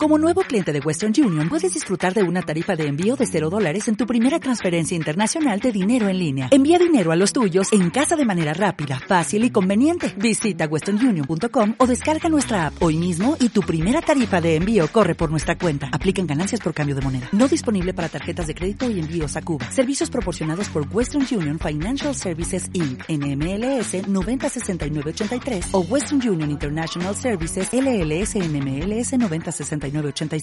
Como nuevo cliente de Western Union, puedes disfrutar de una tarifa de envío de $0 en tu primera transferencia internacional de dinero en línea. Envía dinero a los tuyos en casa de manera rápida, fácil y conveniente. Visita westernunion.com o descarga nuestra app hoy mismo y tu primera tarifa de envío corre por nuestra cuenta. Aplican ganancias por cambio de moneda. No disponible para tarjetas de crédito y envíos a Cuba. Servicios proporcionados por Western Union Financial Services Inc. NMLS 906983 o Western Union International Services LLS NMLS 906985.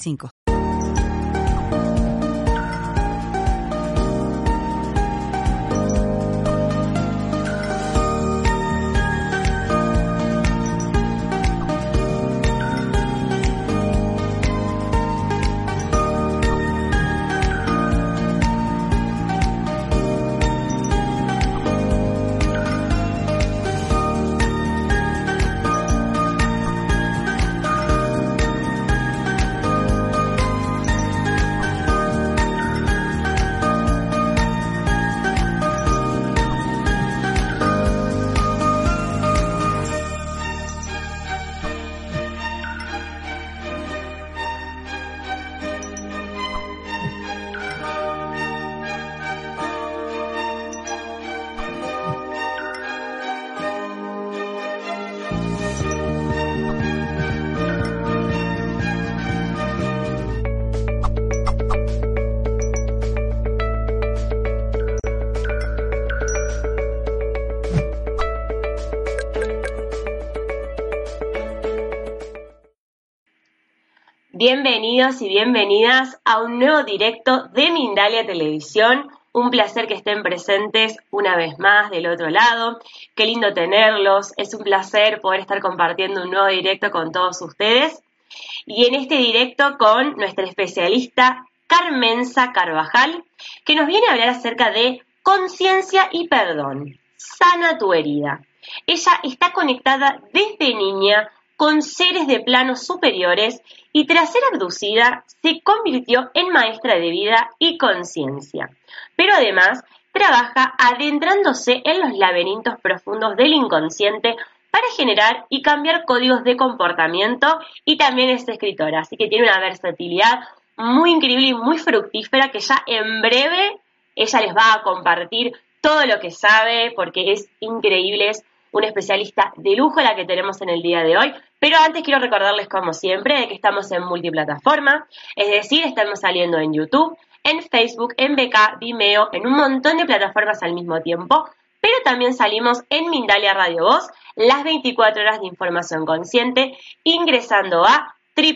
Bienvenidos y bienvenidas a un nuevo directo de Mindalia Televisión. Un placer que estén presentes una vez más del otro lado. Qué lindo tenerlos. Es un placer poder estar compartiendo un nuevo directo con todos ustedes. Y en este directo con nuestra especialista Carmenza Carvajal, que nos viene a hablar acerca de conciencia y perdón. Sana tu herida. Ella está conectada desde niña con seres de planos superiores y tras ser abducida se convirtió en maestra de vida y conciencia. Pero además trabaja adentrándose en los laberintos profundos del inconsciente para generar y cambiar códigos de comportamiento y también es escritora, así que tiene una versatilidad muy increíble y muy fructífera que ya en breve ella les va a compartir todo lo que sabe porque es increíble, es una especialista de lujo la que tenemos en el día de hoy, pero antes quiero recordarles como siempre de que estamos en multiplataforma, es decir, estamos saliendo en YouTube, en Facebook, en VK, Vimeo, en un montón de plataformas al mismo tiempo, pero también salimos en Mindalia Radio Voz, las 24 horas de información consciente, ingresando a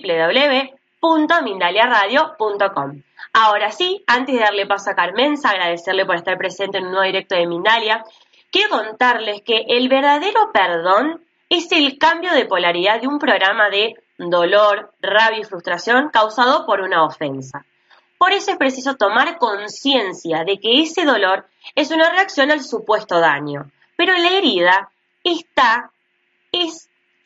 www.mindaliaradio.com. Ahora sí, antes de darle paso a Carmenza, agradecerle por estar presente en un nuevo directo de Mindalia, quiero contarles que el verdadero perdón es el cambio de polaridad de un programa de dolor, rabia y frustración causado por una ofensa. Por eso es preciso tomar conciencia de que ese dolor es una reacción al supuesto daño. Pero la herida es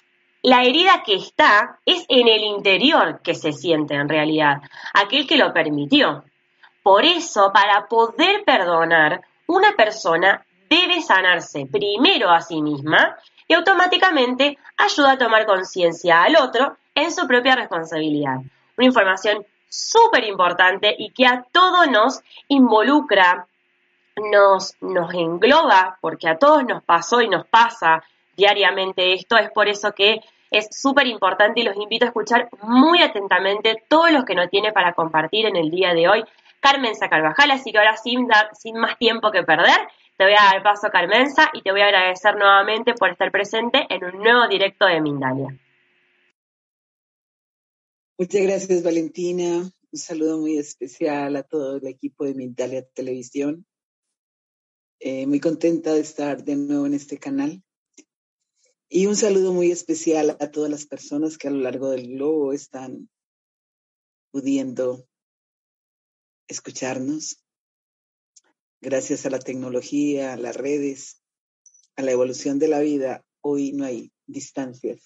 en el interior que se siente en realidad, aquel que lo permitió. Por eso, para poder perdonar, una persona debe sanarse primero a sí misma y automáticamente ayuda a tomar conciencia al otro en su propia responsabilidad. Una información súper importante y que a todos nos involucra, nos engloba, porque a todos nos pasó y nos pasa diariamente esto. Es por eso que es súper importante y los invito a escuchar muy atentamente todo lo que nos tiene para compartir en el día de hoy Carmenza Carvajal. Así que ahora sin más tiempo que perder, te voy a dar paso, Carmenza, y te voy a agradecer nuevamente por estar presente en un nuevo directo de Mindalia. Muchas gracias, Valentina. Un saludo muy especial a todo el equipo de Mindalia Televisión. Muy contenta de estar de nuevo en este canal. Y un saludo muy especial a todas las personas que a lo largo del globo están pudiendo escucharnos. Gracias a la tecnología, a las redes, a la evolución de la vida, hoy no hay distancias.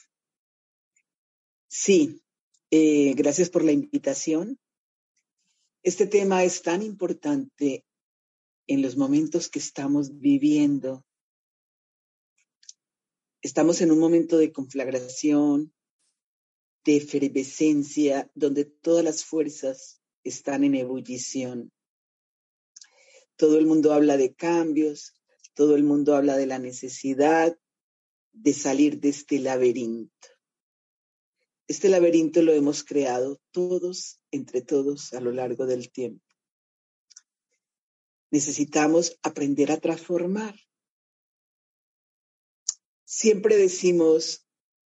Sí, gracias por la invitación. Este tema es tan importante en los momentos que estamos viviendo. Estamos en un momento de conflagración, de efervescencia, donde todas las fuerzas están en ebullición. Todo el mundo habla de cambios, todo el mundo habla de la necesidad de salir de este laberinto. Este laberinto lo hemos creado todos, entre todos, a lo largo del tiempo. Necesitamos aprender a transformar. Siempre decimos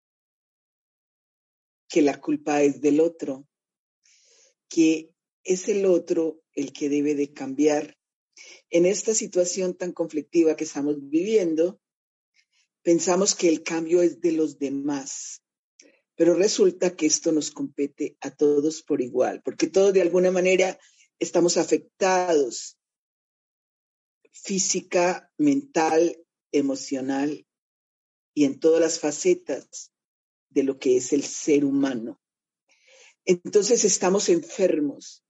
que la culpa es del otro, que es el otro el que debe de cambiar. En esta situación tan conflictiva que estamos viviendo, pensamos que el cambio es de los demás, pero resulta que esto nos compete a todos por igual, porque todos de alguna manera estamos afectados física, mental, emocional y en todas las facetas de lo que es el ser humano. Entonces estamos enfermos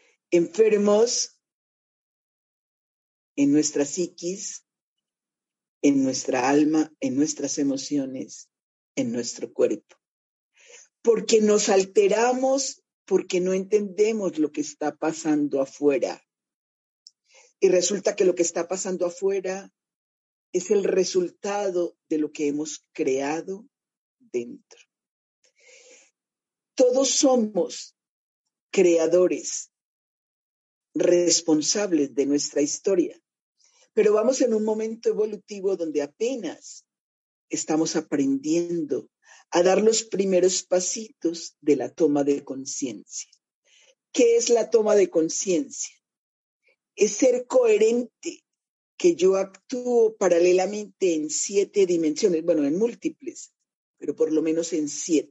en nuestra psiquis, en nuestra alma, en nuestras emociones, en nuestro cuerpo. Porque nos alteramos, porque no entendemos lo que está pasando afuera. Y resulta que lo que está pasando afuera es el resultado de lo que hemos creado dentro. Todos somos creadores, responsables de nuestra historia, pero vamos en un momento evolutivo donde apenas estamos aprendiendo a dar los primeros pasitos de la toma de conciencia. ¿Qué es la toma de conciencia? Es ser coherente, que yo actúo paralelamente en 7 dimensiones, bueno, en múltiples, pero por lo menos en 7.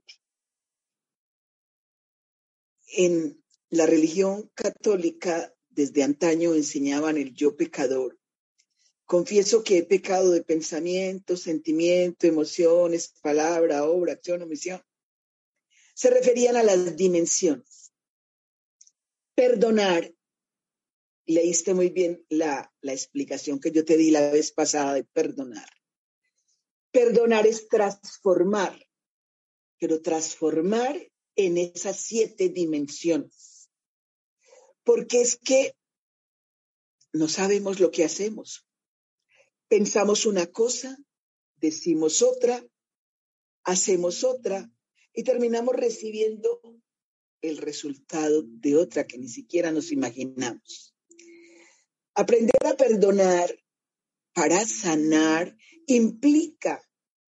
En la religión católica, desde antaño enseñaban el yo pecador. Confieso que he pecado de pensamiento, sentimiento, emociones, palabra, obra, acción, omisión. Se referían a las dimensiones. Perdonar, leíste muy bien la explicación que yo te di la vez pasada de perdonar. Perdonar es transformar, pero transformar en esas 7 dimensiones. Porque es que no sabemos lo que hacemos. Pensamos una cosa, decimos otra, hacemos otra y terminamos recibiendo el resultado de otra que ni siquiera nos imaginamos. Aprender a perdonar para sanar implica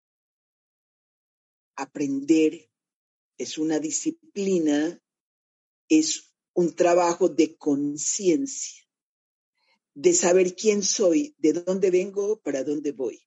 aprender, es una disciplina, es un trabajo de conciencia, de saber quién soy, de dónde vengo, para dónde voy.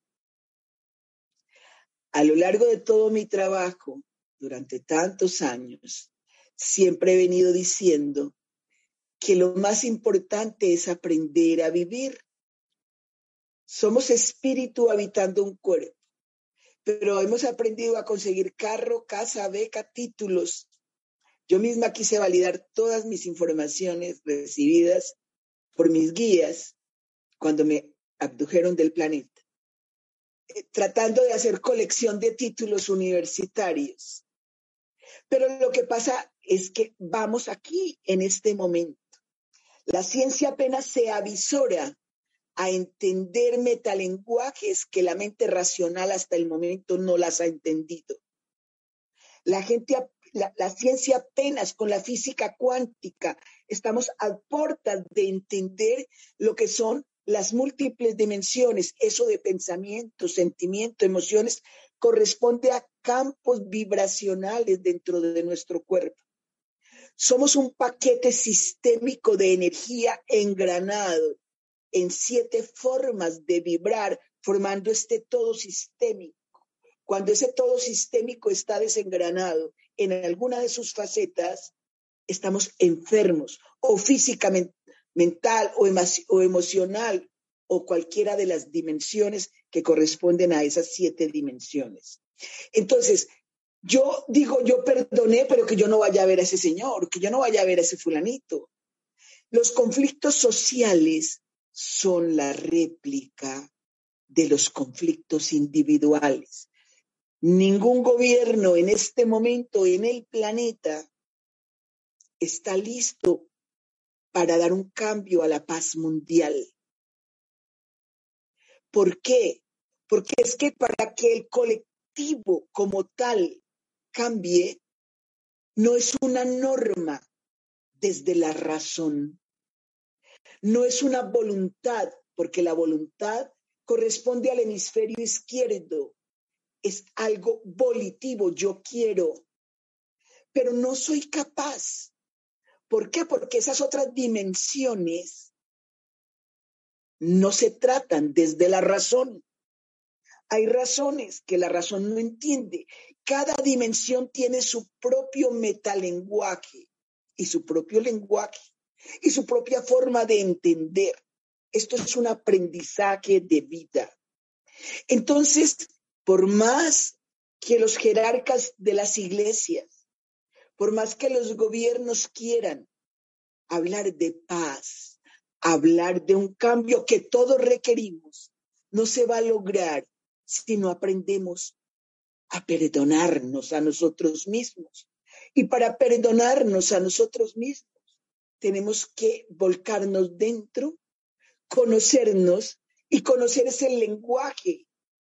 A lo largo de todo mi trabajo, durante tantos años, siempre he venido diciendo que lo más importante es aprender a vivir. Somos espíritu habitando un cuerpo, pero hemos aprendido a conseguir carro, casa, beca, títulos. Yo misma quise validar todas mis informaciones recibidas por mis guías cuando me abdujeron del planeta, tratando de hacer colección de títulos universitarios. Pero lo que pasa es que vamos aquí en este momento. La ciencia apenas se avisora a entender metalenguajes que la mente racional hasta el momento no las ha entendido. La ciencia apenas con la física cuántica estamos a puertas de entender lo que son las múltiples dimensiones. Eso de pensamiento, sentimiento, emociones corresponde a campos vibracionales dentro de nuestro cuerpo. Somos un paquete sistémico de energía engranado en 7 formas de vibrar, formando este todo sistémico. Cuando ese todo sistémico está desengranado en alguna de sus facetas, estamos enfermos, o físicamente, mental, o emocional, o cualquiera de las dimensiones que corresponden a esas 7 dimensiones. Entonces, yo digo, yo perdoné, pero que yo no vaya a ver a ese señor, que yo no vaya a ver a ese fulanito. Los conflictos sociales son la réplica de los conflictos individuales. Ningún gobierno en este momento en el planeta está listo para dar un cambio a la paz mundial. ¿Por qué? Porque es que para que el colectivo como tal cambie, no es una norma desde la razón, no es una voluntad, porque la voluntad corresponde al hemisferio izquierdo, es algo volitivo, yo quiero, pero no soy capaz. ¿Por qué? Porque esas otras dimensiones no se tratan desde la razón. Hay razones que la razón no entiende. Cada dimensión tiene su propio metalenguaje y su propio lenguaje y su propia forma de entender. Esto es un aprendizaje de vida. Entonces, por más que los jerarcas de las iglesias, por más que los gobiernos quieran hablar de paz, hablar de un cambio que todos requerimos, no se va a lograr si no aprendemos a perdonarnos a nosotros mismos. Y para perdonarnos a nosotros mismos, tenemos que volcarnos dentro, conocernos y conocer ese lenguaje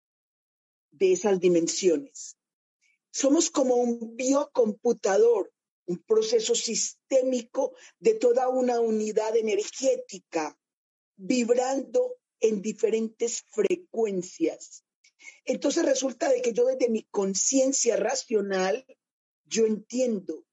de esas dimensiones. Somos como un biocomputador, un proceso sistémico de toda una unidad energética, vibrando en diferentes frecuencias. Entonces resulta de que yo desde mi conciencia racional, yo entiendo,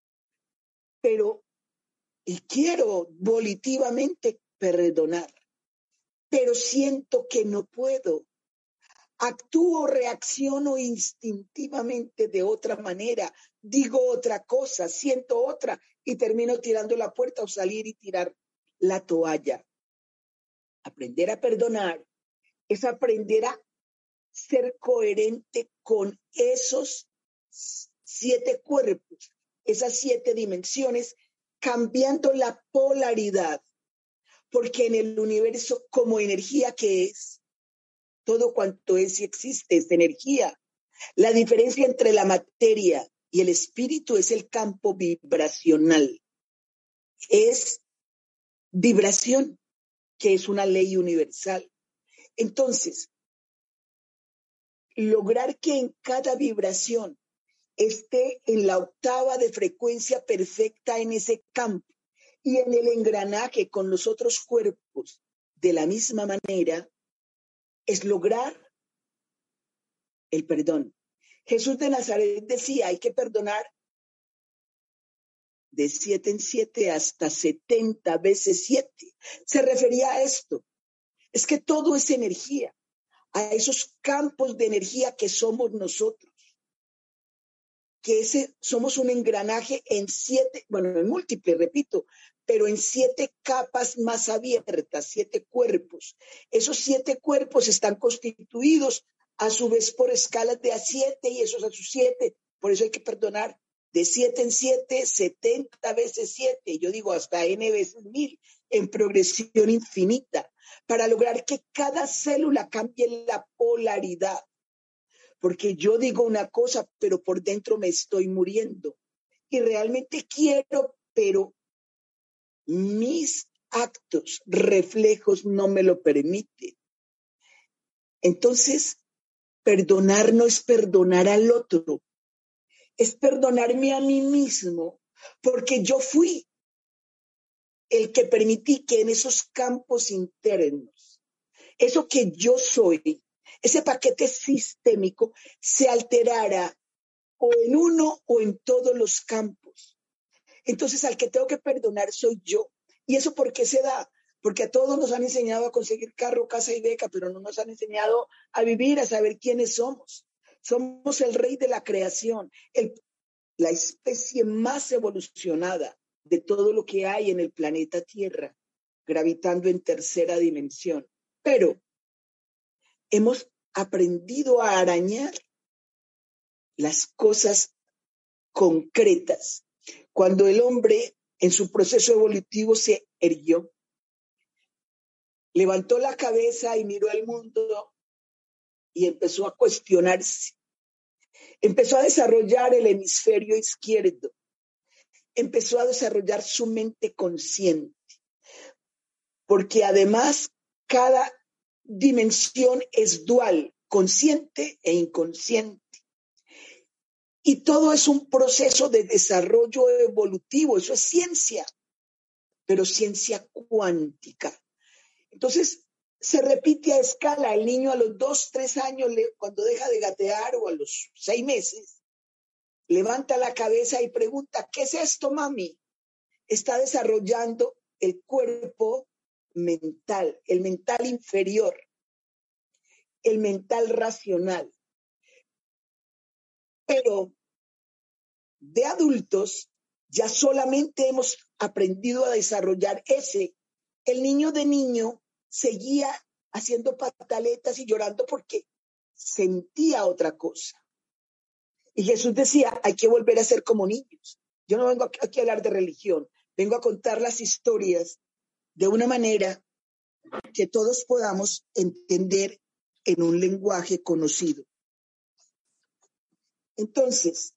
pero y quiero volitivamente perdonar, pero siento que no puedo. Actúo, reacciono instintivamente de otra manera, digo otra cosa, siento otra y termino tirando la puerta o salir y tirar la toalla. Aprender a perdonar es aprender a ser coherente con esos 7 cuerpos, esas 7 dimensiones, cambiando la polaridad, porque en el universo como energía que es, todo cuanto es y existe es energía. La diferencia entre la materia y el espíritu es el campo vibracional. Es vibración, que es una ley universal. Entonces, lograr que en cada vibración esté en la octava de frecuencia perfecta en ese campo y en el engranaje con los otros cuerpos de la misma manera, es lograr el perdón. Jesús de Nazaret decía, hay que perdonar de 7 en 7 hasta 70 veces 7. Se refería a esto. Es que todo es energía, a esos campos de energía que somos nosotros. Que somos un engranaje en 7, bueno, en múltiples, repito, pero en 7 capas más abiertas, 7 cuerpos. Esos 7 cuerpos están constituidos a su vez por escalas de A7 y esos a sus 7. Por eso hay que perdonar de 7 en 7, 70 veces 7. Yo digo hasta N veces 1000 en progresión infinita para lograr que cada célula cambie la polaridad. Porque yo digo una cosa, pero por dentro me estoy muriendo. Y realmente quiero, pero mis actos, reflejos no me lo permiten. Entonces, perdonar no es perdonar al otro, es perdonarme a mí mismo, porque yo fui el que permití que en esos campos internos, eso que yo soy, ese paquete sistémico, se alterara o en uno o en todos los campos. Entonces, al que tengo que perdonar soy yo. ¿Y eso por qué se da? Porque a todos nos han enseñado a conseguir carro, casa y beca, pero no nos han enseñado a vivir, a saber quiénes somos. Somos el rey de la creación, la especie más evolucionada de todo lo que hay en el planeta Tierra, gravitando en tercera dimensión. Pero hemos aprendido a arañar las cosas concretas. Cuando el hombre en su proceso evolutivo se erguió, levantó la cabeza y miró al mundo y empezó a cuestionarse Empezó a desarrollar el hemisferio izquierdo. Empezó a desarrollar su mente consciente. Porque además cada dimensión es dual, consciente e inconsciente. Y todo es un proceso de desarrollo evolutivo, eso es ciencia, pero ciencia cuántica. Entonces, se repite a escala. El niño a los 2, 3 años, cuando deja de gatear, o a los 6 meses, levanta la cabeza y pregunta, ¿qué es esto, mami? Está desarrollando el cuerpo mental, el mental inferior, el mental racional. Pero de adultos ya solamente hemos aprendido a desarrollar ese. El niño de niño seguía haciendo pataletas y llorando porque sentía otra cosa. Y Jesús decía, hay que volver a ser como niños. Yo no vengo aquí a hablar de religión, vengo a contar las historias de una manera que todos podamos entender en un lenguaje conocido. Entonces,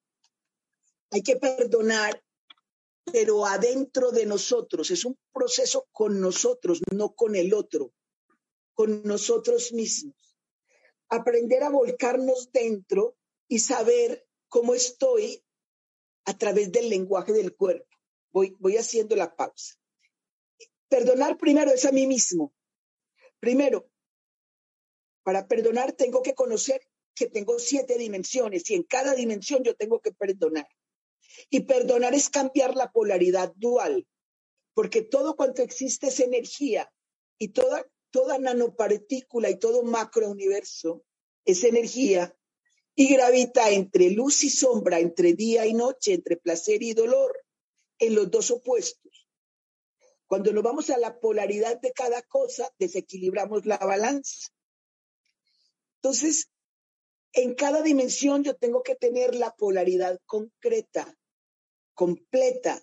hay que perdonar, pero adentro de nosotros. Es un proceso con nosotros, no con el otro, con nosotros mismos. Aprender a volcarnos dentro y saber cómo estoy a través del lenguaje del cuerpo. Voy haciendo la pausa. Perdonar primero es a mí mismo. Primero, para perdonar tengo que conocer que tengo 7 dimensiones y en cada dimensión yo tengo que perdonar. Y perdonar es cambiar la polaridad dual, porque todo cuanto existe es energía y toda nanopartícula y todo macrouniverso es energía y gravita entre luz y sombra, entre día y noche, entre placer y dolor, en los dos opuestos. Cuando nos vamos a la polaridad de cada cosa, desequilibramos la balanza. Entonces, en cada dimensión yo tengo que tener la polaridad concreta, completa,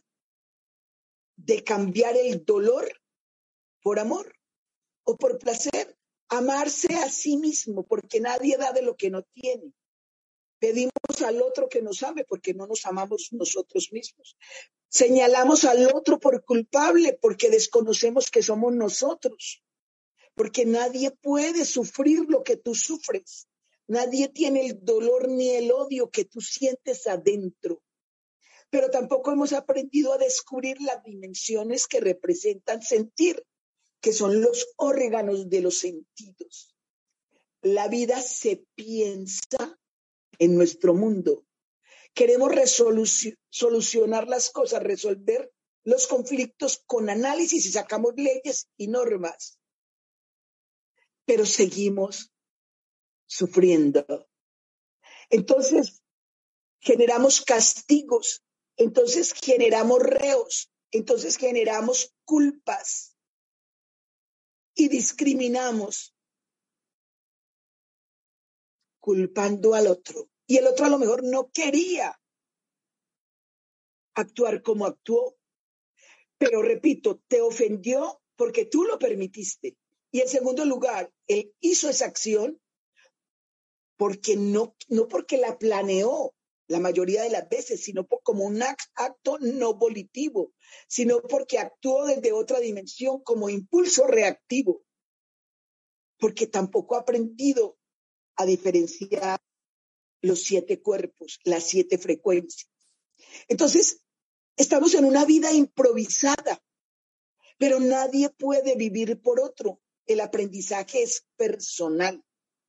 de cambiar el dolor por amor o por placer. Amarse a sí mismo, porque nadie da de lo que no tiene. Pedimos al otro que nos ame porque no nos amamos nosotros mismos. Señalamos al otro por culpable porque desconocemos que somos nosotros. Porque nadie puede sufrir lo que tú sufres. Nadie tiene el dolor ni el odio que tú sientes adentro. Pero tampoco hemos aprendido a descubrir las dimensiones que representan sentir, que son los órganos de los sentidos. La vida se piensa en nuestro mundo. Queremos solucionar las cosas, resolver los conflictos con análisis y sacamos leyes y normas. Pero seguimos sufriendo. Entonces, generamos castigos, entonces generamos reos, entonces generamos culpas y discriminamos, culpando al otro. Y el otro a lo mejor no quería actuar como actuó. Pero repito, te ofendió porque tú lo permitiste. Y en segundo lugar, él hizo esa acción porque no porque la planeó la mayoría de las veces, sino como un acto no volitivo, sino porque actuó desde otra dimensión como impulso reactivo. Porque tampoco ha aprendido a diferenciar los 7 cuerpos, las 7 frecuencias. Entonces, estamos en una vida improvisada, pero nadie puede vivir por otro. El aprendizaje es personal.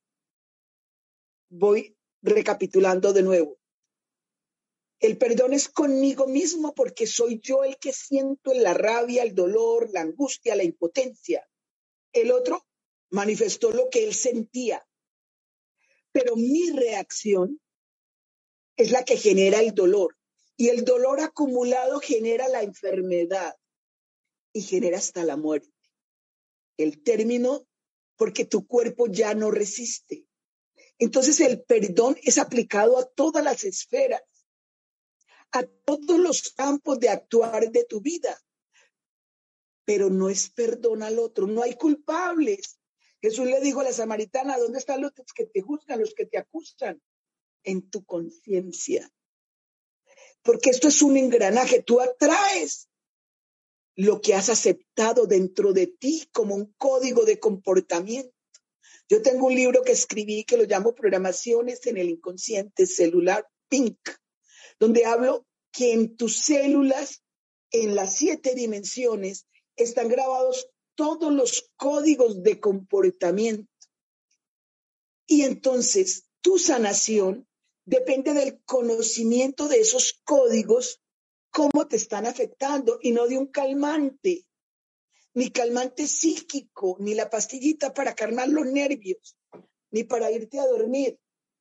Voy recapitulando de nuevo. El perdón es conmigo mismo porque soy yo el que siento la rabia, el dolor, la angustia, la impotencia. El otro manifestó lo que él sentía. Pero mi reacción es la que genera el dolor. Y el dolor acumulado genera la enfermedad y genera hasta la muerte. El término, porque tu cuerpo ya no resiste. Entonces el perdón es aplicado a todas las esferas, a todos los campos de actuar de tu vida. Pero no es perdón al otro, no hay culpables. Jesús le dijo a la samaritana, ¿dónde están los que te juzgan, los que te acusan? en tu conciencia. Porque esto es un engranaje. Tú atraes lo que has aceptado dentro de ti como un código de comportamiento. Yo tengo un libro que escribí que lo llamo Programaciones en el Inconsciente Celular Pink, donde hablo que en tus células, en las 7 dimensiones, están grabados todos los códigos de comportamiento. Y entonces tu sanación depende del conocimiento de esos códigos, cómo te están afectando, y no de un calmante, ni calmante psíquico, ni la pastillita para calmar los nervios, ni para irte a dormir.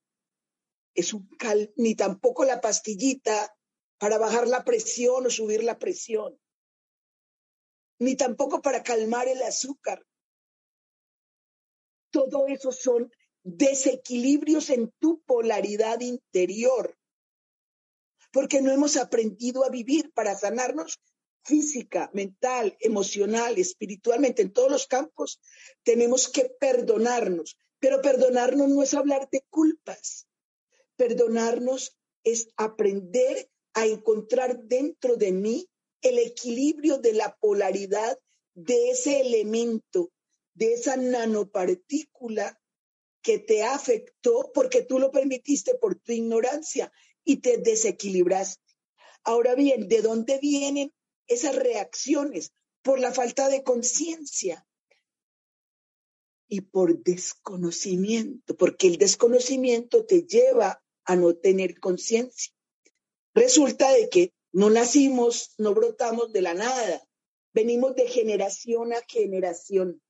Ni tampoco la pastillita para bajar la presión o subir la presión, ni tampoco para calmar el azúcar. Todo eso son desequilibrios en tu polaridad interior, porque no hemos aprendido a vivir para sanarnos física, mental, emocional, espiritualmente, en todos los campos. Tenemos que perdonarnos, pero perdonarnos no es hablar de culpas. Perdonarnos es aprender a encontrar dentro de mí el equilibrio de la polaridad de ese elemento, de esa nanopartícula que te afectó porque tú lo permitiste por tu ignorancia y te desequilibraste. Ahora bien, ¿de dónde vienen esas reacciones? Por la falta de conciencia y por desconocimiento, porque el desconocimiento te lleva a no tener conciencia. Resulta de que no nacimos, no brotamos de la nada, venimos de generación a generación.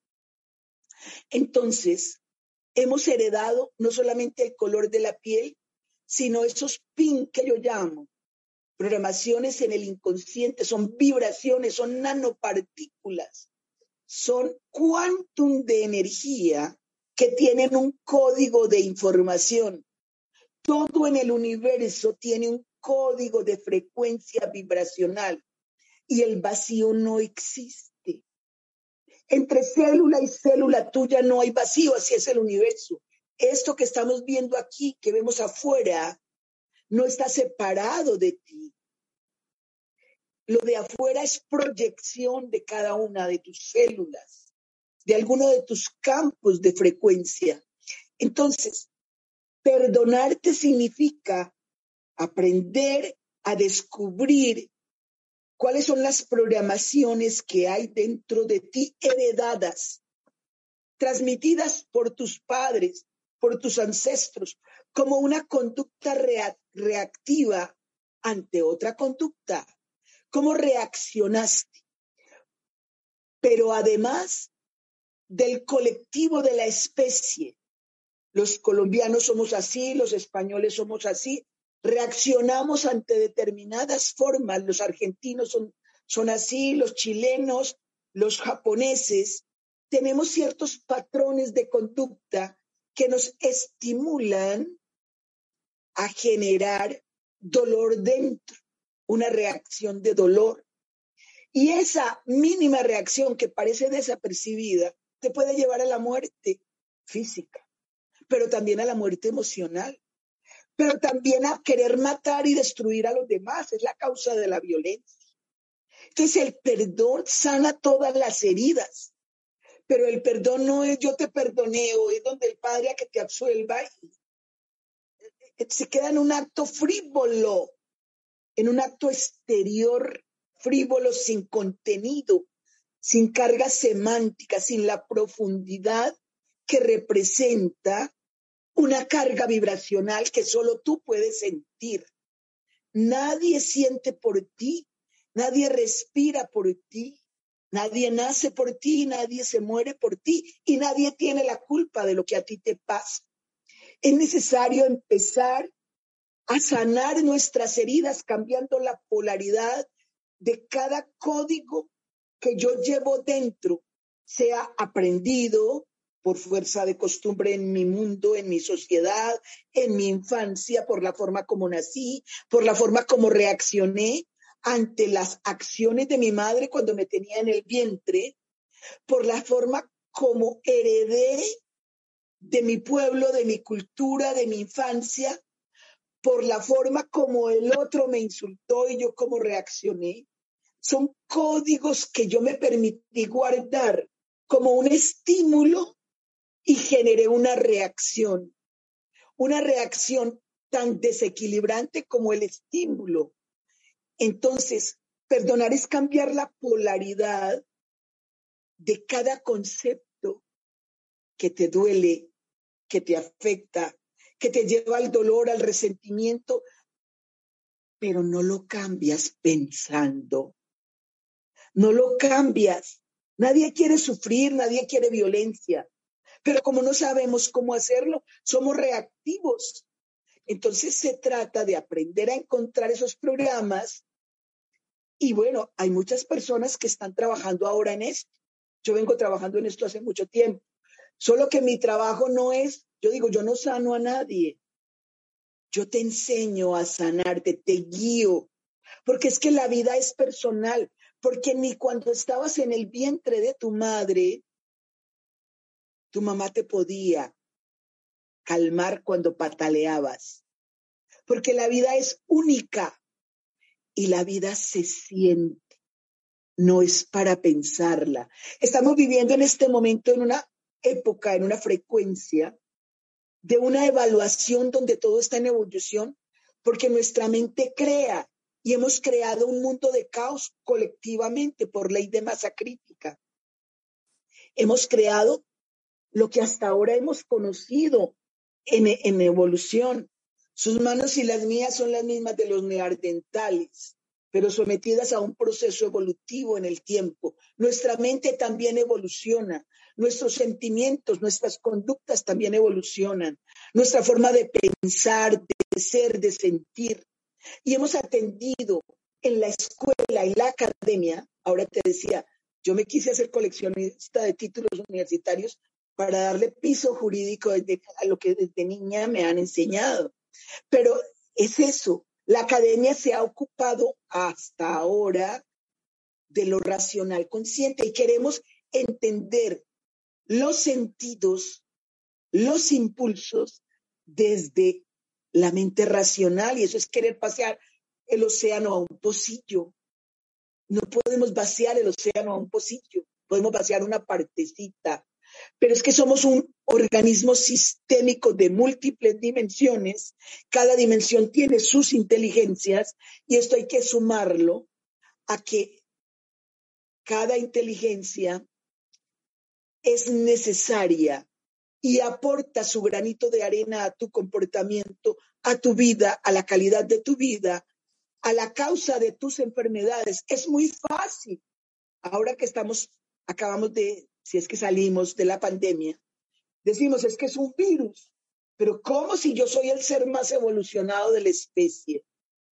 Entonces, hemos heredado no solamente el color de la piel, sino esos pin que yo llamo, programaciones en el inconsciente, son vibraciones, son nanopartículas, son quantum de energía que tienen un código de información. Todo en el universo tiene un código de frecuencia vibracional y el vacío no existe. Entre célula y célula tuya no hay vacío, así es el universo. Esto que estamos viendo aquí, que vemos afuera, no está separado de ti. Lo de afuera es proyección de cada una de tus células, de alguno de tus campos de frecuencia. Entonces, perdonarte significa aprender a descubrir cuáles son las programaciones que hay dentro de ti heredadas, transmitidas por tus padres, por tus ancestros, como una conducta reactiva ante otra conducta. ¿Cómo reaccionaste? Pero además del colectivo de la especie, los colombianos somos así, los españoles somos así, reaccionamos ante determinadas formas, los argentinos son así, los chilenos, los japoneses, tenemos ciertos patrones de conducta que nos estimulan a generar dolor dentro, una reacción de dolor. Y esa mínima reacción que parece desapercibida te puede llevar a la muerte física, pero también a la muerte emocional, pero también a querer matar y destruir a los demás. Es la causa de la violencia. Entonces el perdón sana todas las heridas, pero el perdón no es yo te perdoné o es donde el Padre a que te absuelva. Se queda en un acto frívolo, en un acto exterior frívolo, sin contenido, sin carga semántica, sin la profundidad que representa una carga vibracional que solo tú puedes sentir. Nadie siente por ti, nadie respira por ti, nadie nace por ti, nadie se muere por ti y nadie tiene la culpa de lo que a ti te pasa. Es necesario empezar a sanar nuestras heridas cambiando la polaridad de cada código que yo llevo dentro, sea aprendido por fuerza de costumbre en mi mundo, en mi sociedad, en mi infancia, por la forma como nací, por la forma como reaccioné ante las acciones de mi madre cuando me tenía en el vientre, por la forma como heredé de mi pueblo, de mi cultura, de mi infancia, por la forma como el otro me insultó y yo cómo reaccioné. Son códigos que yo me permití guardar como un estímulo y generé una reacción tan desequilibrante como el estímulo. Entonces, perdonar es cambiar la polaridad de cada concepto que te duele, que te afecta, que te lleva al dolor, al resentimiento, pero no lo cambias pensando, no lo cambias. Nadie quiere sufrir, nadie quiere violencia, pero como no sabemos cómo hacerlo, somos reactivos. Entonces se trata de aprender a encontrar esos programas y bueno, hay muchas personas que están trabajando ahora en esto. Yo vengo trabajando en esto hace mucho tiempo, solo que mi trabajo no es, yo digo, yo no sano a nadie, yo te enseño a sanarte, te guío, porque es que la vida es personal, porque ni cuando estabas en el vientre de tu madre, tu mamá te podía calmar cuando pataleabas, porque la vida es única y la vida se siente, no es para pensarla. Estamos viviendo en este momento en una época, en una frecuencia de una evaluación donde todo está en evolución, porque nuestra mente crea y hemos creado un mundo de caos colectivamente por ley de masa crítica. Hemos creado lo que hasta ahora hemos conocido en evolución. Sus manos y las mías son las mismas de los neandertales, pero sometidas a un proceso evolutivo en el tiempo. Nuestra mente también evoluciona, nuestros sentimientos, nuestras conductas también evolucionan, nuestra forma de pensar, de ser, de sentir. Y hemos atendido en la escuela, en la academia, ahora te decía, yo me quise hacer coleccionista de títulos universitarios para darle piso jurídico a lo que desde niña me han enseñado. Pero es eso, la academia se ha ocupado hasta ahora de lo racional consciente y queremos entender los sentidos, los impulsos desde la mente racional, y eso es querer pasear el océano a un pocillo. No podemos vaciar el océano a un pocillo, podemos vaciar una partecita, pero es que somos un organismo sistémico de múltiples dimensiones, cada dimensión tiene sus inteligencias y esto hay que sumarlo a que cada inteligencia es necesaria y aporta su granito de arena a tu comportamiento, a tu vida, a la calidad de tu vida, a la causa de tus enfermedades. Es muy fácil. Ahora que acabamos de, si es que salimos de la pandemia, decimos es que es un virus, pero ¿cómo si yo soy el ser más evolucionado de la especie?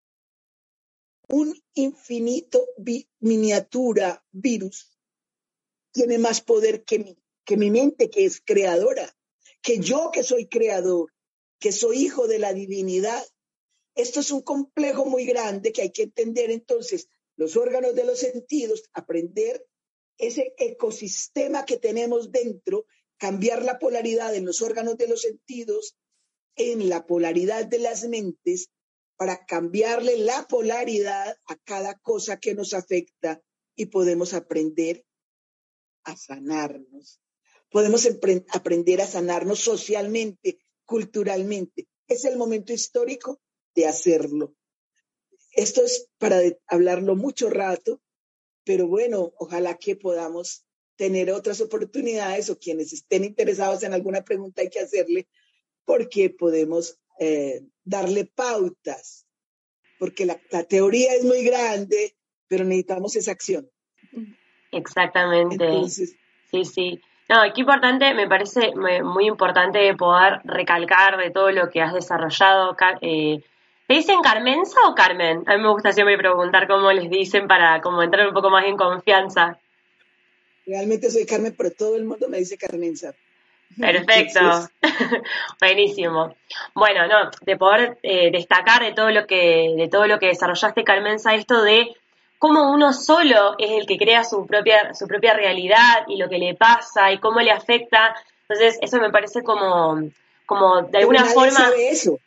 Un infinito miniatura virus tiene más poder que mi mente, que es creadora, que yo que soy creador, que soy hijo de la divinidad. Esto es un complejo muy grande que hay que entender. Entonces, los órganos de los sentidos, aprender ese ecosistema que tenemos dentro, cambiar la polaridad en los órganos de los sentidos, en la polaridad de las mentes, para cambiarle la polaridad a cada cosa que nos afecta y podemos aprender a sanarnos. Podemos aprender a sanarnos socialmente, culturalmente. Es el momento histórico de hacerlo. Esto es para hablarlo mucho rato, pero bueno, ojalá que podamos tener otras oportunidades o quienes estén interesados en alguna pregunta hay que hacerle porque podemos darle pautas, porque la teoría es muy grande, pero necesitamos esa acción. Exactamente. Entonces, sí. No, qué importante, me parece muy importante poder recalcar de todo lo que has desarrollado. ¿Te dicen Carmenza o Carmen? A mí me gusta siempre preguntar cómo les dicen para como entrar un poco más en confianza. Realmente soy Carmen, pero todo el mundo me dice Carmenza. Perfecto, buenísimo. Bueno, no, de poder destacar de todo lo que desarrollaste, Carmenza, esto de cómo uno solo es el que crea su propia realidad y lo que le pasa y cómo le afecta. Entonces, eso me parece como de alguna forma. Nadie sabe eso.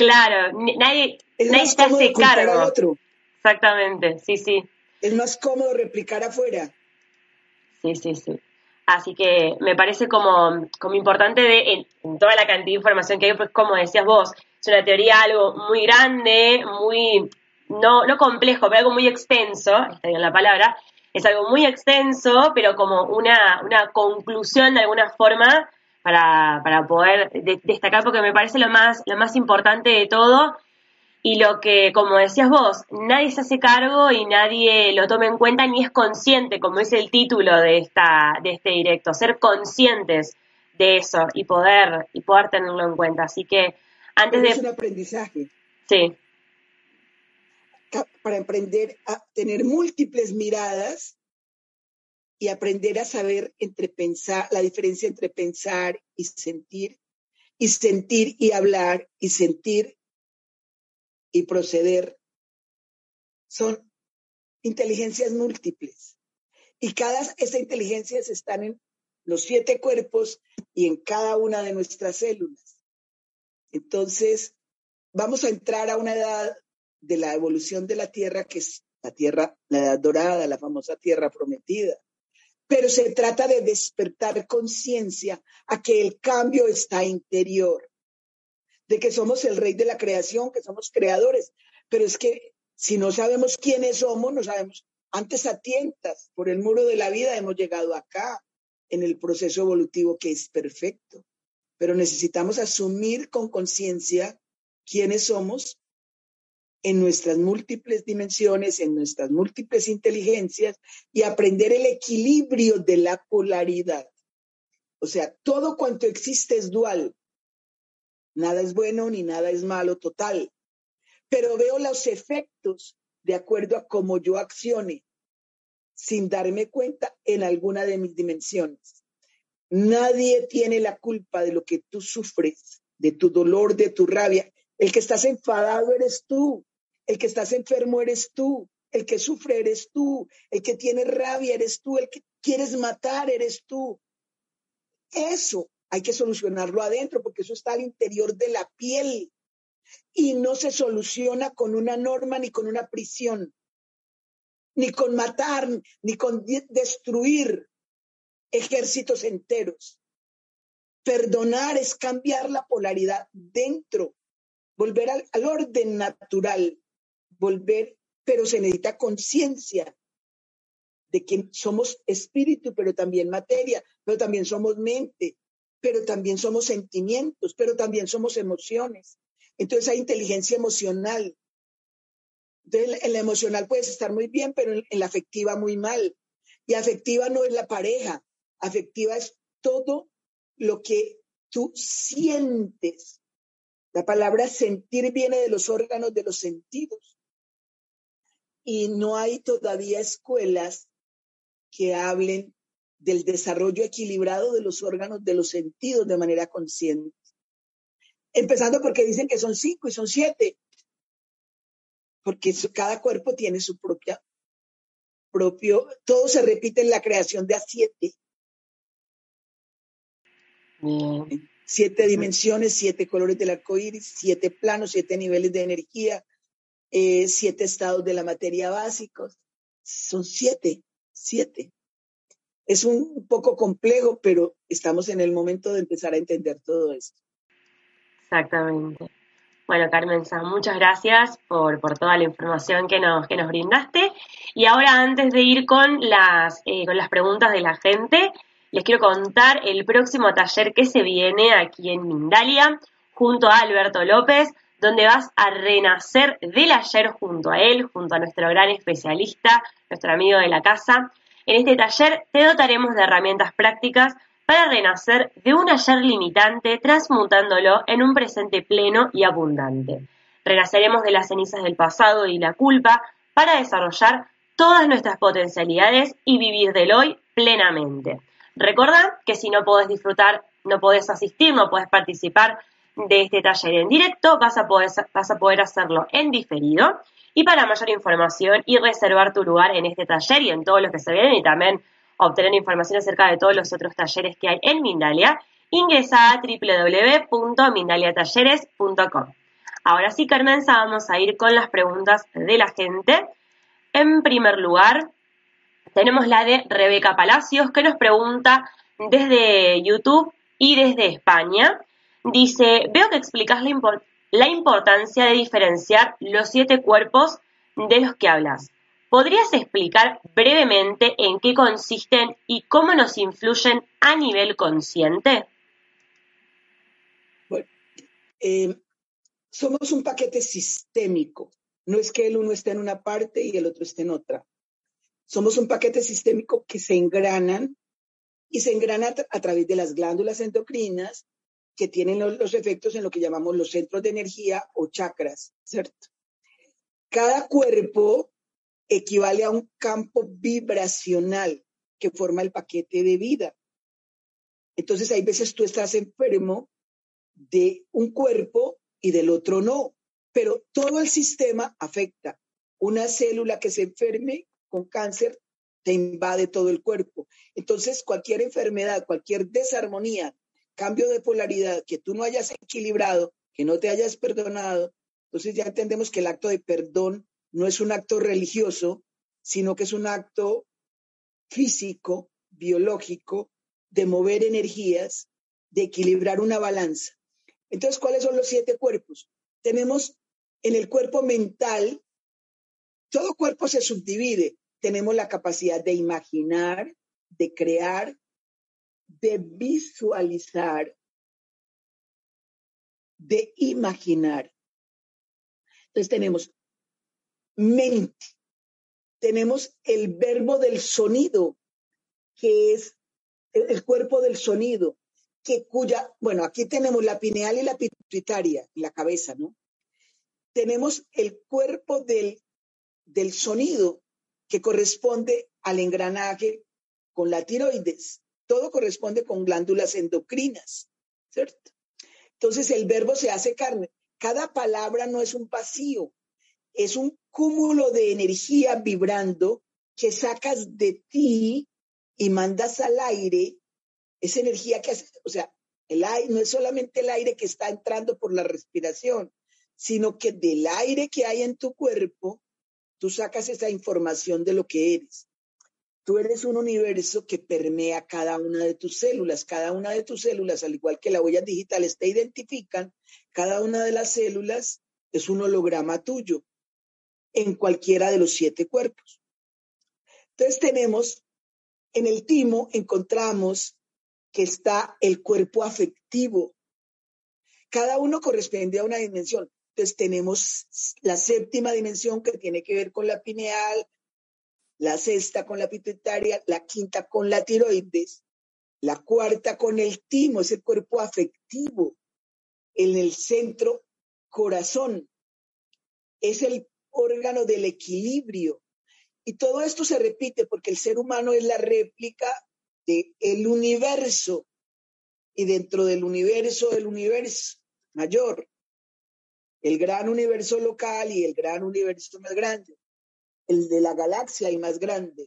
Claro, nadie se hace cargo. Al otro. Exactamente, sí. Es más cómodo replicar afuera. Sí. Así que me parece como importante en toda la cantidad de información que hay, pues como decías vos, es una teoría algo muy grande, muy, no complejo, pero algo muy extenso, está bien la palabra, es algo muy extenso, pero como una conclusión de alguna forma para poder destacar, porque me parece lo más importante de todo. Y lo que, como decías vos, nadie se hace cargo y nadie lo toma en cuenta ni es consciente, como es el título de este directo, ser conscientes de eso y poder tenerlo en cuenta. Así que antes es un aprendizaje. Sí. Para aprender a tener múltiples miradas y aprender a saber la diferencia entre pensar y sentir y hablar y sentir y proceder, son inteligencias múltiples. Y esas inteligencias están en los 7 cuerpos y en cada una de nuestras células. Entonces, vamos a entrar a una edad de la evolución de la Tierra, que es la edad dorada, la famosa Tierra prometida. Pero se trata de despertar conciencia a que el cambio está interior, de que somos el rey de la creación, que somos creadores. Pero es que si no sabemos quiénes somos, no sabemos. Antes a tientas, por el muro de la vida hemos llegado acá, en el proceso evolutivo que es perfecto. Pero necesitamos asumir con conciencia quiénes somos en nuestras múltiples dimensiones, en nuestras múltiples inteligencias y aprender el equilibrio de la polaridad. O sea, todo cuanto existe es dual. Nada es bueno ni nada es malo total. Pero veo los efectos de acuerdo a cómo yo accione, sin darme cuenta en alguna de mis dimensiones. Nadie tiene la culpa de lo que tú sufres, de tu dolor, de tu rabia. El que estás enfadado eres tú. El que estás enfermo eres tú. El que sufre eres tú. El que tiene rabia eres tú. El que quieres matar eres tú. Eso hay que solucionarlo adentro porque eso está al interior de la piel y no se soluciona con una norma ni con una prisión, ni con matar, ni con destruir ejércitos enteros. Perdonar es cambiar la polaridad dentro, volver al orden natural, pero se necesita conciencia de que somos espíritu, pero también materia, pero también somos mente, pero también somos sentimientos, pero también somos emociones. Entonces hay inteligencia emocional. Entonces en la emocional puedes estar muy bien, pero en la afectiva muy mal. Y afectiva no es la pareja, afectiva es todo lo que tú sientes. La palabra sentir viene de los órganos de los sentidos. Y no hay todavía escuelas que hablen del desarrollo equilibrado de los órganos de los sentidos de manera consciente. Empezando porque dicen que son 5 y son 7. Porque cada cuerpo tiene su propio, todo se repite en la creación de a 7. Bien. 7 dimensiones, 7 colores del arco iris, 7 planos, 7 niveles de energía, 7 estados de la materia básicos. Son 7. Es un poco complejo, pero estamos en el momento de empezar a entender todo esto. Exactamente. Bueno, Carmenza, muchas gracias por toda la información que nos brindaste. Y ahora, antes de ir con las preguntas de la gente, les quiero contar el próximo taller que se viene aquí en Mindalia, junto a Alberto López, donde vas a renacer del ayer junto a él, junto a nuestro gran especialista, nuestro amigo de la casa. En este taller te dotaremos de herramientas prácticas para renacer de un ayer limitante, transmutándolo en un presente pleno y abundante. Renaceremos de las cenizas del pasado y la culpa para desarrollar todas nuestras potencialidades y vivir del hoy plenamente. Recordá que si no podés disfrutar, no podés asistir, no podés participar de este taller en directo, vas a poder hacerlo en diferido. Y para mayor información y reservar tu lugar en este taller y en todos los que se vienen, y también obtener información acerca de todos los otros talleres que hay en Mindalia, ingresa a www.mindaliatalleres.com. Ahora sí, Carmenza, vamos a ir con las preguntas de la gente. En primer lugar, tenemos la de Rebeca Palacios, que nos pregunta desde YouTube y desde España. Dice, veo que explicas la importancia de diferenciar los 7 cuerpos de los que hablas. ¿Podrías explicar brevemente en qué consisten y cómo nos influyen a nivel consciente? Bueno, somos un paquete sistémico. No es que el uno esté en una parte y el otro esté en otra. Somos un paquete sistémico que se engranan y se engrana a través de las glándulas endocrinas que tienen los efectos en lo que llamamos los centros de energía o chakras, ¿cierto? Cada cuerpo equivale a un campo vibracional que forma el paquete de vida. Entonces hay veces tú estás enfermo de un cuerpo y del otro no, pero todo el sistema afecta. Una célula que se enferme con cáncer te invade todo el cuerpo. Entonces cualquier enfermedad, cualquier desarmonía, cambio de polaridad que tú no hayas equilibrado, que no te hayas perdonado, entonces ya entendemos que el acto de perdón no es un acto religioso, sino que es un acto físico, biológico, de mover energías, de equilibrar una balanza. Entonces, ¿cuáles son los 7 cuerpos? Tenemos en el cuerpo mental, todo cuerpo se subdivide. Tenemos la capacidad de imaginar, de crear, de visualizar, de imaginar. Entonces tenemos mente, tenemos el verbo del sonido, que es el cuerpo del sonido, bueno, aquí tenemos la pineal y la pituitaria en la cabeza, ¿no? Tenemos el cuerpo del sonido, que corresponde al engranaje con la tiroides. Todo corresponde con glándulas endocrinas, ¿cierto? Entonces el verbo se hace carne. Cada palabra no es un vacío, es un cúmulo de energía vibrando que sacas de ti y mandas al aire. Esa energía que hace, o sea, el aire no es solamente el aire que está entrando por la respiración, sino que del aire que hay en tu cuerpo, tú sacas esa información de lo que eres. Tú eres un universo que permea cada una de tus células. Cada una de tus células, al igual que las huellas digitales te identifican, cada una de las células es un holograma tuyo en cualquiera de los 7 cuerpos. Entonces tenemos, en el timo encontramos que está el cuerpo afectivo. Cada uno corresponde a una dimensión. Entonces tenemos la 7ª dimensión que tiene que ver con la pineal, la 6ª con la pituitaria, la 5ª con la tiroides, la 4ª con el timo, es el cuerpo afectivo. En el centro, corazón, es el órgano del equilibrio. Y todo esto se repite porque el ser humano es la réplica del universo. Y dentro del universo mayor, el gran universo local y el gran universo más grande, el de la galaxia y más grande.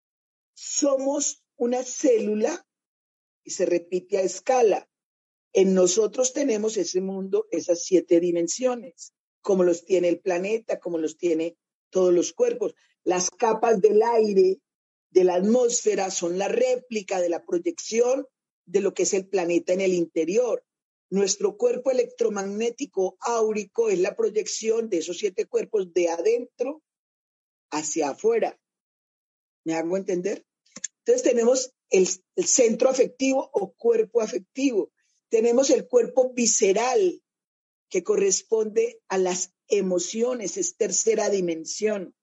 Somos una célula y se repite a escala. En nosotros tenemos ese mundo, esas 7 dimensiones, como los tiene el planeta, como los tiene todos los cuerpos. Las capas del aire, de la atmósfera, son la réplica de la proyección de lo que es el planeta en el interior. Nuestro cuerpo electromagnético áurico es la proyección de esos 7 cuerpos de adentro hacia afuera. ¿Me hago entender? Entonces tenemos el centro afectivo o cuerpo afectivo. Tenemos el cuerpo visceral, que corresponde a las emociones, es 3ª dimensión.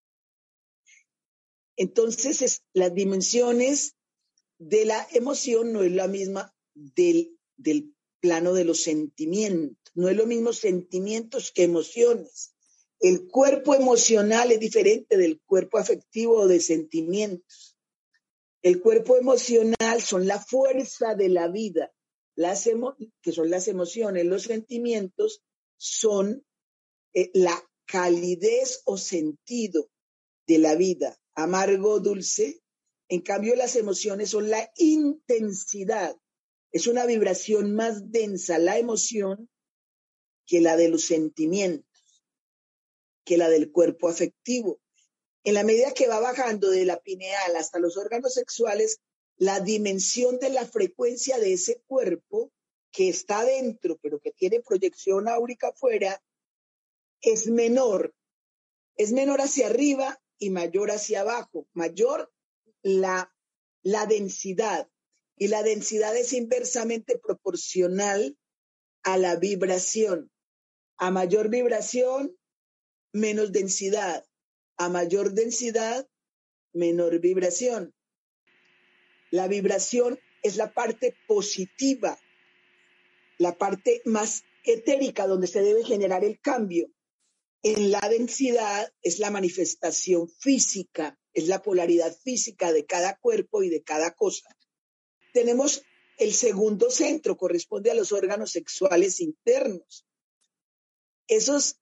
Entonces, las dimensiones de la emoción no es la misma del plano de los sentimientos. No es lo mismo sentimientos que emociones. El cuerpo emocional es diferente del cuerpo afectivo o de sentimientos. El cuerpo emocional son la fuerza de la vida, que son las emociones. Los sentimientos son la calidez o sentido de la vida, amargo, dulce. En cambio, las emociones son la intensidad. Es una vibración más densa. La emoción que la de los sentimientos, que la del cuerpo afectivo. En la medida que va bajando de la pineal hasta los órganos sexuales, la dimensión de la frecuencia de ese cuerpo que está dentro, pero que tiene proyección áurica afuera, es menor hacia arriba y mayor hacia abajo, mayor la densidad. Y la densidad es inversamente proporcional a la vibración. A mayor vibración, menos densidad. A mayor densidad, menor vibración. La vibración es la parte positiva, la parte más etérica donde se debe generar el cambio. En la densidad es la manifestación física, es la polaridad física de cada cuerpo y de cada cosa. Tenemos el segundo centro, corresponde a los órganos sexuales internos. Ese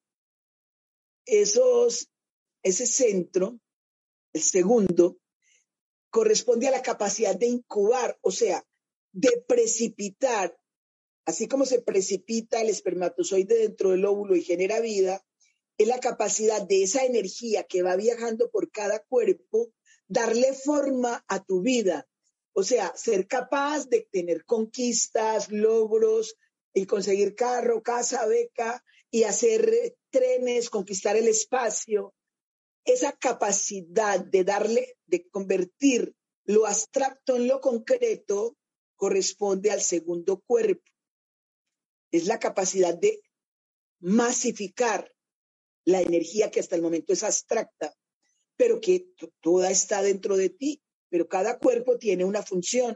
centro, el segundo, corresponde a la capacidad de incubar, o sea, de precipitar, así como se precipita el espermatozoide dentro del óvulo y genera vida, es la capacidad de esa energía que va viajando por cada cuerpo, darle forma a tu vida. O sea, ser capaz de tener conquistas, logros, y conseguir carro, casa, beca, y hacer trenes, conquistar el espacio. Esa capacidad de convertir lo abstracto en lo concreto, corresponde al segundo cuerpo. Es la capacidad de masificar la energía que hasta el momento es abstracta, pero que toda está dentro de ti. Pero cada cuerpo tiene una función.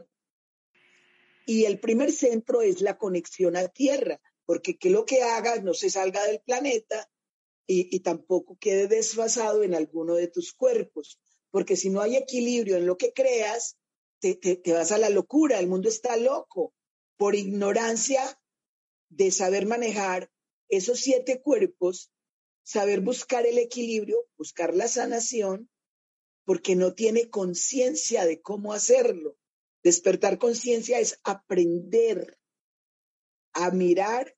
Y el primer centro es la conexión a tierra, porque que lo que hagas no se salga del planeta y tampoco quede desfasado en alguno de tus cuerpos, porque si no hay equilibrio en lo que creas, te vas a la locura. El mundo está loco por ignorancia de saber manejar esos 7 cuerpos, saber buscar el equilibrio, buscar la sanación, porque no tiene conciencia de cómo hacerlo. Despertar conciencia es aprender a mirar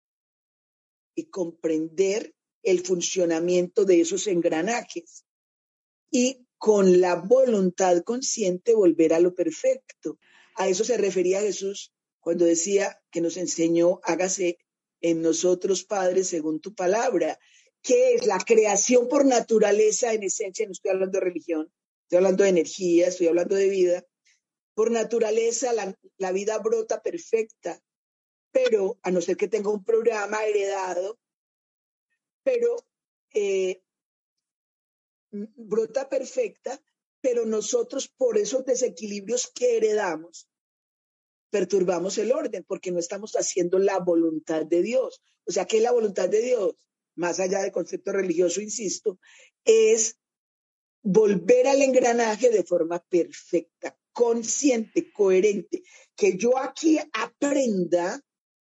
y comprender el funcionamiento de esos engranajes y con la voluntad consciente volver a lo perfecto. A eso se refería Jesús cuando decía que nos enseñó: hágase en nosotros, Padre, según tu palabra, que es la creación por naturaleza, en esencia. No estoy hablando de religión, estoy hablando de energía, estoy hablando de vida. Por naturaleza la vida brota perfecta, pero a no ser que tenga un programa heredado, pero brota perfecta, pero nosotros por esos desequilibrios que heredamos, perturbamos el orden porque no estamos haciendo la voluntad de Dios. O sea, ¿qué es la voluntad de Dios? Más allá del concepto religioso, insisto, es volver al engranaje de forma perfecta, consciente, coherente, que yo aquí aprender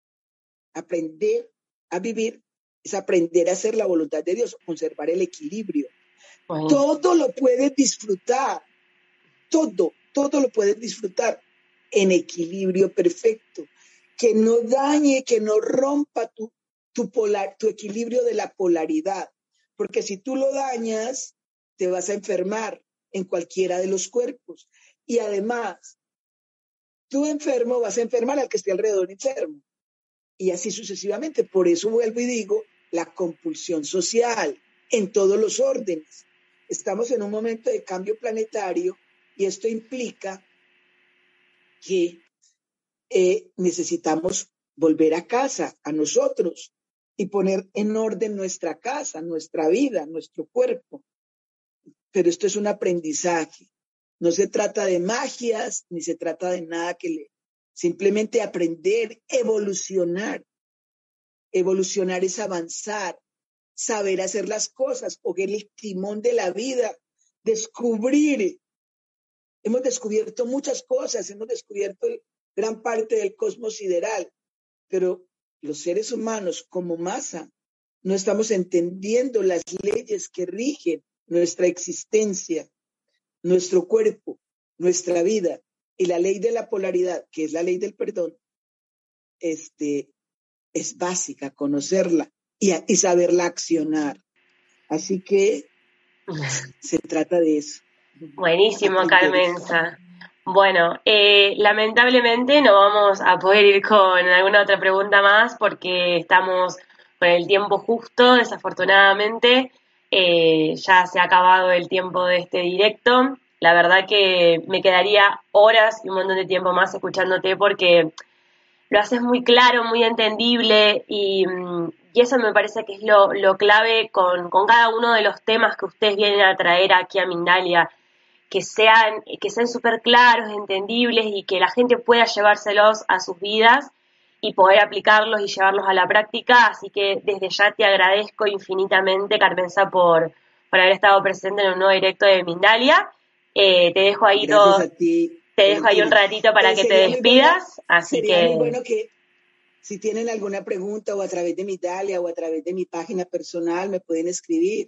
a vivir, es aprender a hacer la voluntad de Dios, conservar el equilibrio. Bueno. Todo lo puedes disfrutar, todo lo puedes disfrutar en equilibrio perfecto, que no dañe, que no rompa tu equilibrio de la polaridad, porque si tú lo dañas, te vas a enfermar en cualquiera de los cuerpos. Y además, tú enfermo vas a enfermar al que esté alrededor enfermo. Y así sucesivamente. Por eso vuelvo y digo, la compulsión social en todos los órdenes. Estamos en un momento de cambio planetario y esto implica que necesitamos volver a casa, a nosotros, y poner en orden nuestra casa, nuestra vida, nuestro cuerpo. Pero esto es un aprendizaje. No se trata de magias, ni se trata de nada simplemente aprender, evolucionar. Evolucionar es avanzar, saber hacer las cosas, coger el timón de la vida, descubrir. Hemos descubierto muchas cosas, hemos descubierto gran parte del cosmos sideral, pero los seres humanos como masa no estamos entendiendo las leyes que rigen nuestra existencia, nuestro cuerpo, nuestra vida, y la ley de la polaridad, que es la ley del perdón, es básica, conocerla y saberla accionar. Así que se trata de eso. Buenísimo, Aprender. Carmenza. Bueno, lamentablemente no vamos a poder ir con alguna otra pregunta más porque estamos con el tiempo justo, desafortunadamente. Ya se ha acabado el tiempo de este directo. La verdad que me quedaría horas y un montón de tiempo más escuchándote porque lo haces muy claro, muy entendible y eso me parece que es lo clave con cada uno de los temas que ustedes vienen a traer aquí a Mindalia, que sean súper claros, entendibles y que la gente pueda llevárselos a sus vidas y poder aplicarlos y llevarlos a la práctica. Así que desde ya te agradezco infinitamente, Carmenza, por haber estado presente en un nuevo directo de Mindalia. Te dejo ahí Gracias a ti, te dejo ahí un ratito para que te despidas. Sería muy bueno que si tienen alguna pregunta o a través de Mindalia o a través de mi página personal me pueden escribir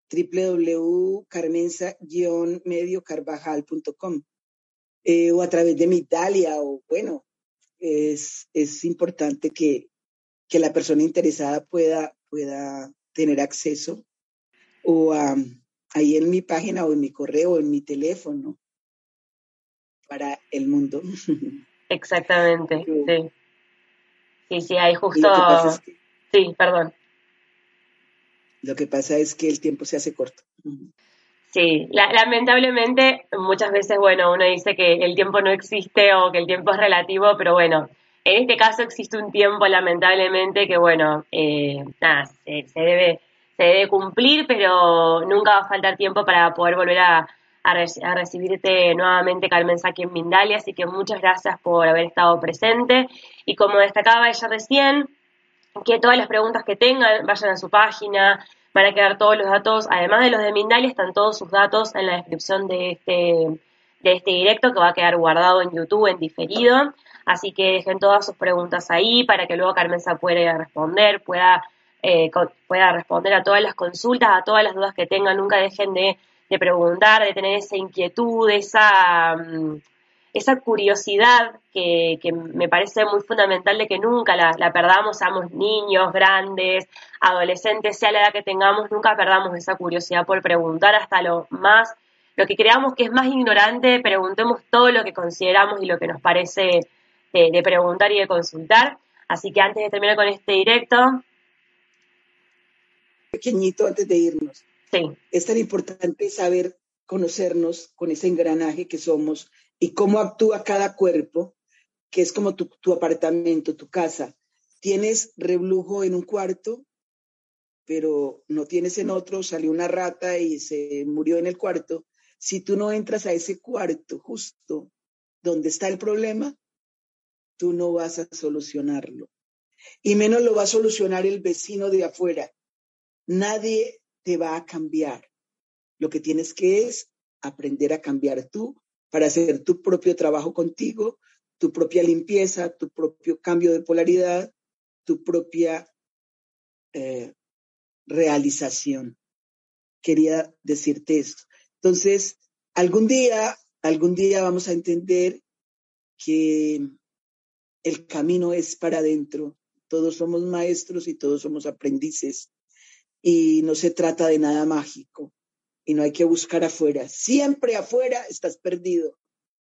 www.carmenza-mediocarvajal.com o a través de Mindalia o bueno, es importante que la persona interesada pueda tener acceso o ahí en mi página o en mi correo o en mi teléfono para el mundo. Exactamente, sí. Sí, ahí justo... Lo que pasa es que, sí, perdón. Lo que pasa es que el tiempo se hace corto. Sí, lamentablemente muchas veces, bueno, uno dice que el tiempo no existe o que el tiempo es relativo, pero bueno, en este caso existe un tiempo lamentablemente que, bueno, nada, se debe cumplir, pero nunca va a faltar tiempo para poder volver a recibirte nuevamente, Carmenza, aquí en Mindalia, así que muchas gracias por haber estado presente. Y como destacaba ella recién, que todas las preguntas que tengan vayan a su página, van a quedar todos los datos, además de los de Mindalia, están todos sus datos en la descripción de este directo que va a quedar guardado en YouTube en diferido, así que dejen todas sus preguntas ahí para que luego Carmenza pueda responder, pueda responder a todas las consultas, a todas las dudas que tengan, nunca dejen de preguntar, de tener esa inquietud, esa curiosidad que me parece muy fundamental de que nunca la perdamos, seamos niños, grandes, adolescentes, sea la edad que tengamos, nunca perdamos esa curiosidad por preguntar hasta lo que creamos que es más ignorante, preguntemos todo lo que consideramos y lo que nos parece de preguntar y de consultar. Así que antes de terminar con este directo... Pequeñito antes de irnos. Sí. Es tan importante saber conocernos con ese engranaje que somos y cómo actúa cada cuerpo, que es como tu apartamento, tu casa. Tienes reblujo en un cuarto, pero no tienes en otro, salió una rata y se murió en el cuarto. Si tú no entras a ese cuarto justo donde está el problema, tú no vas a solucionarlo. Y menos lo va a solucionar el vecino de afuera. Nadie te va a cambiar. Lo que tienes que es aprender a cambiar tú para hacer tu propio trabajo contigo, tu propia limpieza, tu propio cambio de polaridad, tu propia realización. Quería decirte esto. Entonces, algún día vamos a entender que el camino es para adentro. Todos somos maestros y todos somos aprendices. Y no se trata de nada mágico. Y no hay que buscar afuera. Siempre afuera estás perdido.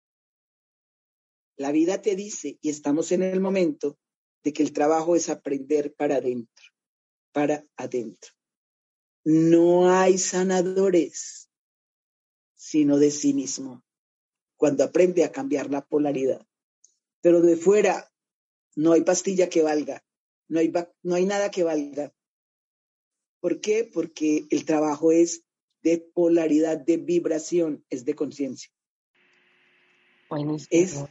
La vida te dice, y estamos en el momento, de que el trabajo es aprender para adentro. Para adentro. No hay sanadores, sino de sí mismo. Cuando aprende a cambiar la polaridad. Pero de fuera no hay pastilla que valga. No hay nada que valga. ¿Por qué? Porque el trabajo es de polaridad, de vibración, es de conciencia. Buenísimo.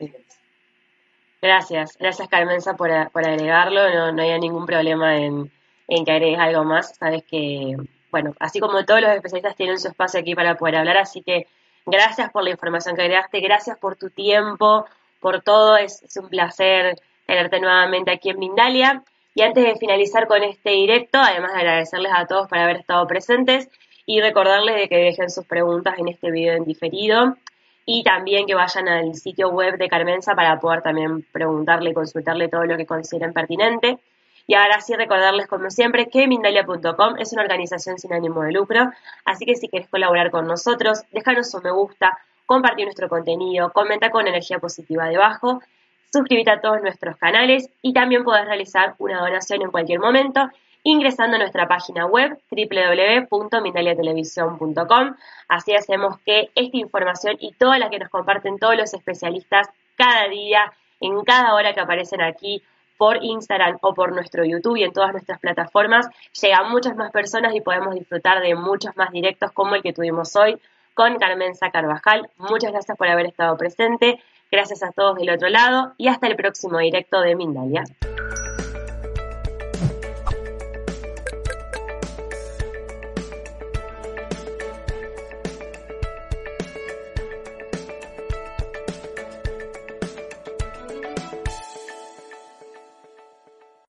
Gracias Carmenza por agregarlo, no hay ningún problema en que agregues algo más, sabes que, bueno, así como todos los especialistas tienen su espacio aquí para poder hablar, así que gracias por la información que agregaste, gracias por tu tiempo, por todo, es un placer tenerte nuevamente aquí en Mindalia. Y antes de finalizar con este directo, además de agradecerles a todos por haber estado presentes y recordarles de que dejen sus preguntas en este video en diferido y también que vayan al sitio web de Carmenza para poder también preguntarle y consultarle todo lo que consideren pertinente. Y ahora sí recordarles, como siempre, que Mindalia.com es una organización sin ánimo de lucro, así que si querés colaborar con nosotros, déjanos un me gusta, compartir nuestro contenido, comentar con energía positiva debajo, suscribirte a todos nuestros canales y también podés realizar una donación en cualquier momento ingresando a nuestra página web www.mindaliatelevisión.com. Así hacemos que esta información y toda la que nos comparten todos los especialistas cada día, en cada hora que aparecen aquí por Instagram o por nuestro YouTube y en todas nuestras plataformas, llega a muchas más personas y podemos disfrutar de muchos más directos como el que tuvimos hoy con Carmenza Carvajal. Muchas gracias por haber estado presente, gracias a todos del otro lado y hasta el próximo directo de Mindalia.